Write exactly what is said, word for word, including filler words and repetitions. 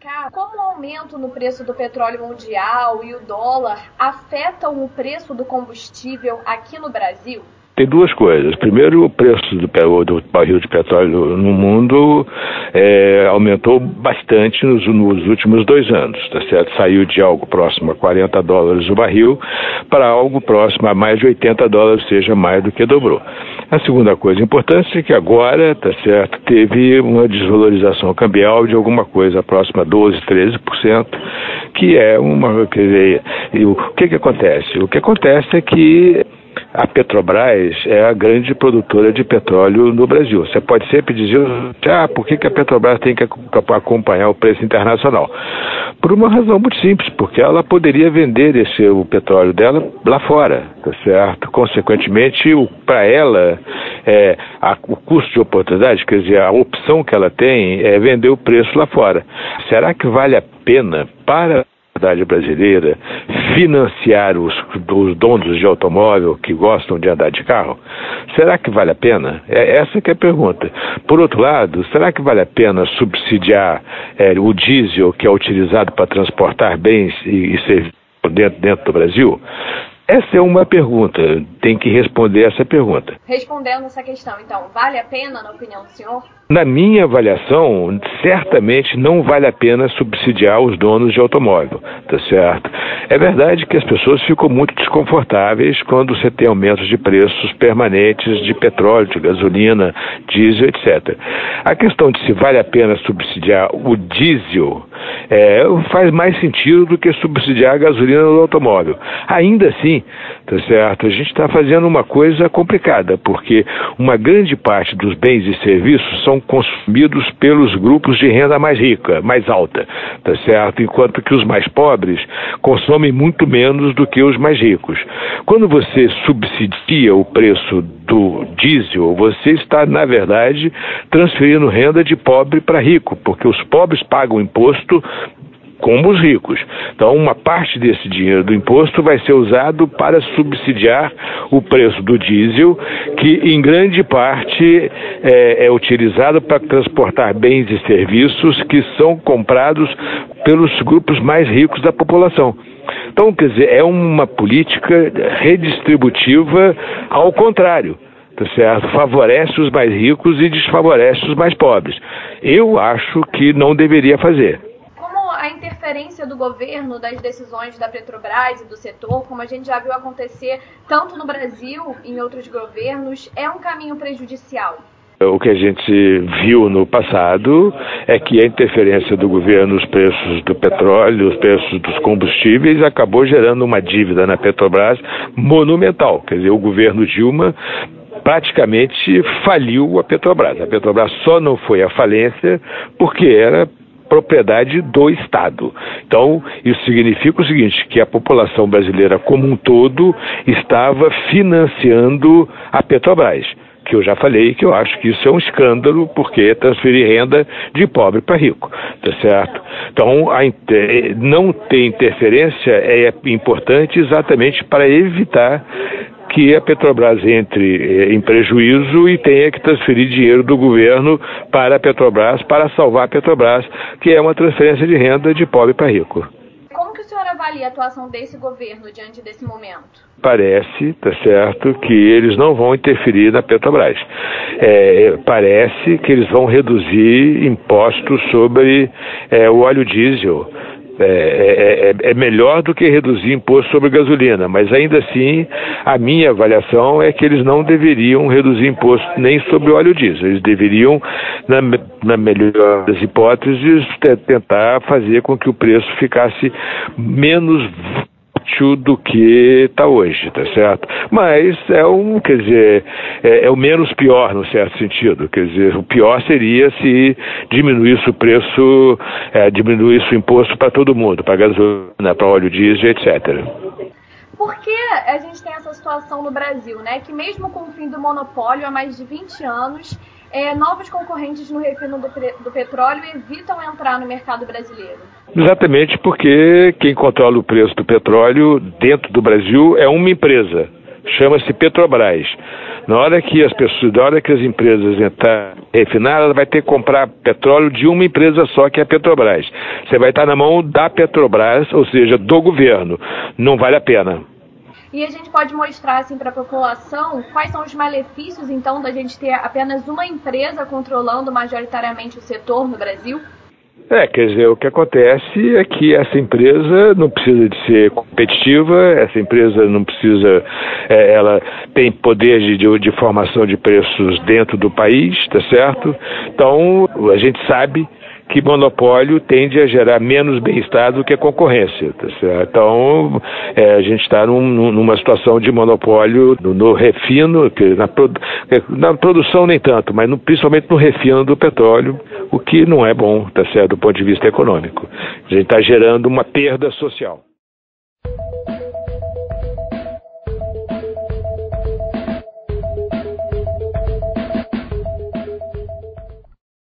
explicar como o aumento no preço do petróleo mundial e o dólar afetam o preço do combustível aqui no Brasil? Tem duas coisas. Primeiro, o preço do, do barril de petróleo no mundo é, aumentou bastante nos, nos últimos dois anos, tá certo? Saiu de algo próximo a quarenta dólares o barril para algo próximo a mais de oitenta dólares, seja mais do que dobrou. A segunda coisa importante é que agora, tá certo, teve uma desvalorização cambial de alguma coisa próxima a doze, treze por cento, que é uma... Quer dizer, e o que que acontece? O que acontece é que a Petrobras é a grande produtora de petróleo no Brasil. Você pode sempre dizer, ah, por que que a Petrobras tem que acompanhar o preço internacional? Por uma razão muito simples, porque ela poderia vender esse, o petróleo dela lá fora, tá certo? Consequentemente, para ela, é, a, o custo de oportunidade, quer dizer, a opção que ela tem é vender o preço lá fora. Será que vale a pena para brasileira financiar os, os donos de automóvel que gostam de andar de carro? Será que vale a pena? É essa que é a pergunta. Por outro lado, será que vale a pena subsidiar é, o diesel que é utilizado para transportar bens e, e serviços dentro, dentro do Brasil? Essa é uma pergunta, tem que responder essa pergunta. Respondendo essa questão, então, vale a pena, na opinião do senhor? Na minha avaliação, certamente não vale a pena subsidiar os donos de automóvel, tá certo? É verdade que as pessoas ficam muito desconfortáveis quando você tem aumentos de preços permanentes de petróleo, de gasolina, diesel, etcétera. A questão de se vale a pena subsidiar o diesel é, faz mais sentido do que subsidiar a gasolina do automóvel. Ainda assim, tá certo? A gente está fazendo uma coisa complicada, porque uma grande parte dos bens e serviços são consumidos pelos grupos de renda mais rica, mais alta, tá certo? Enquanto que os mais pobres consomem muito menos do que os mais ricos. Quando você subsidia o preço do diesel, você está, na verdade, transferindo renda de pobre para rico, porque os pobres pagam imposto como os ricos. Então, uma parte desse dinheiro do imposto vai ser usado para subsidiar o preço do diesel, que em grande parte é, é utilizado para transportar bens e serviços que são comprados pelos grupos mais ricos da população. Então, quer dizer, é uma política redistributiva ao contrário. Tá certo? Favorece os mais ricos e desfavorece os mais pobres. Eu acho que não deveria fazer. A interferência do governo das decisões da Petrobras e do setor, como a gente já viu acontecer tanto no Brasil e em outros governos, é um caminho prejudicial? O que a gente viu no passado é que a interferência do governo nos preços do petróleo, os preços dos combustíveis, acabou gerando uma dívida na Petrobras monumental. Quer dizer, o governo Dilma praticamente faliu a Petrobras. A Petrobras só não foi à falência porque era propriedade do Estado. Então, isso significa o seguinte, que a população brasileira como um todo estava financiando a Petrobras, que eu já falei que eu acho que isso é um escândalo, porque é transferir renda de pobre para rico, tá certo? Então, a inter... não ter interferência é importante exatamente para evitar que a Petrobras entre em prejuízo e tenha que transferir dinheiro do governo para a Petrobras, para salvar a Petrobras, que é uma transferência de renda de pobre para rico. Como que o senhor avalia a atuação desse governo diante desse momento? Parece, tá certo, que eles não vão interferir na Petrobras. É, parece que eles vão reduzir impostos sobre é, o óleo diesel. É, é, é melhor do que reduzir imposto sobre gasolina, mas ainda assim a minha avaliação é que eles não deveriam reduzir imposto nem sobre óleo diesel. Eles deveriam, na, na melhor das hipóteses, tentar fazer com que o preço ficasse menos do que está hoje, tá certo? Mas é um, quer dizer, é, é o menos pior no certo sentido, quer dizer, o pior seria se diminuísse o preço, é, diminuísse o imposto para todo mundo, para gasolina, para óleo diesel, etcétera. Por que a gente tem essa situação no Brasil, né? Que mesmo com o fim do monopólio há mais de vinte anos, é, novos concorrentes no refino do, do petróleo evitam entrar no mercado brasileiro? Exatamente porque quem controla o preço do petróleo dentro do Brasil é uma empresa, chama-se Petrobras. Na hora que as pessoas, na hora que as empresas entrar refinar, ela vai ter que comprar petróleo de uma empresa só, que é a Petrobras. Você vai estar na mão da Petrobras, ou seja, do governo. Não vale a pena. E a gente pode mostrar assim para a população quais são os malefícios, então, da gente ter apenas uma empresa controlando majoritariamente o setor no Brasil? É, quer dizer, o que acontece é que essa empresa não precisa de ser competitiva, essa empresa não precisa, é, ela tem poder de, de, de formação de preços dentro do país, tá certo? Então, a gente sabe que monopólio tende a gerar menos bem-estar do que a concorrência, tá certo? Então, é, a gente está num, numa situação de monopólio no, no refino, que na, na produção nem tanto, mas no, principalmente no refino do petróleo, o que não é bom, tá certo, do ponto de vista econômico. A gente está gerando uma perda social.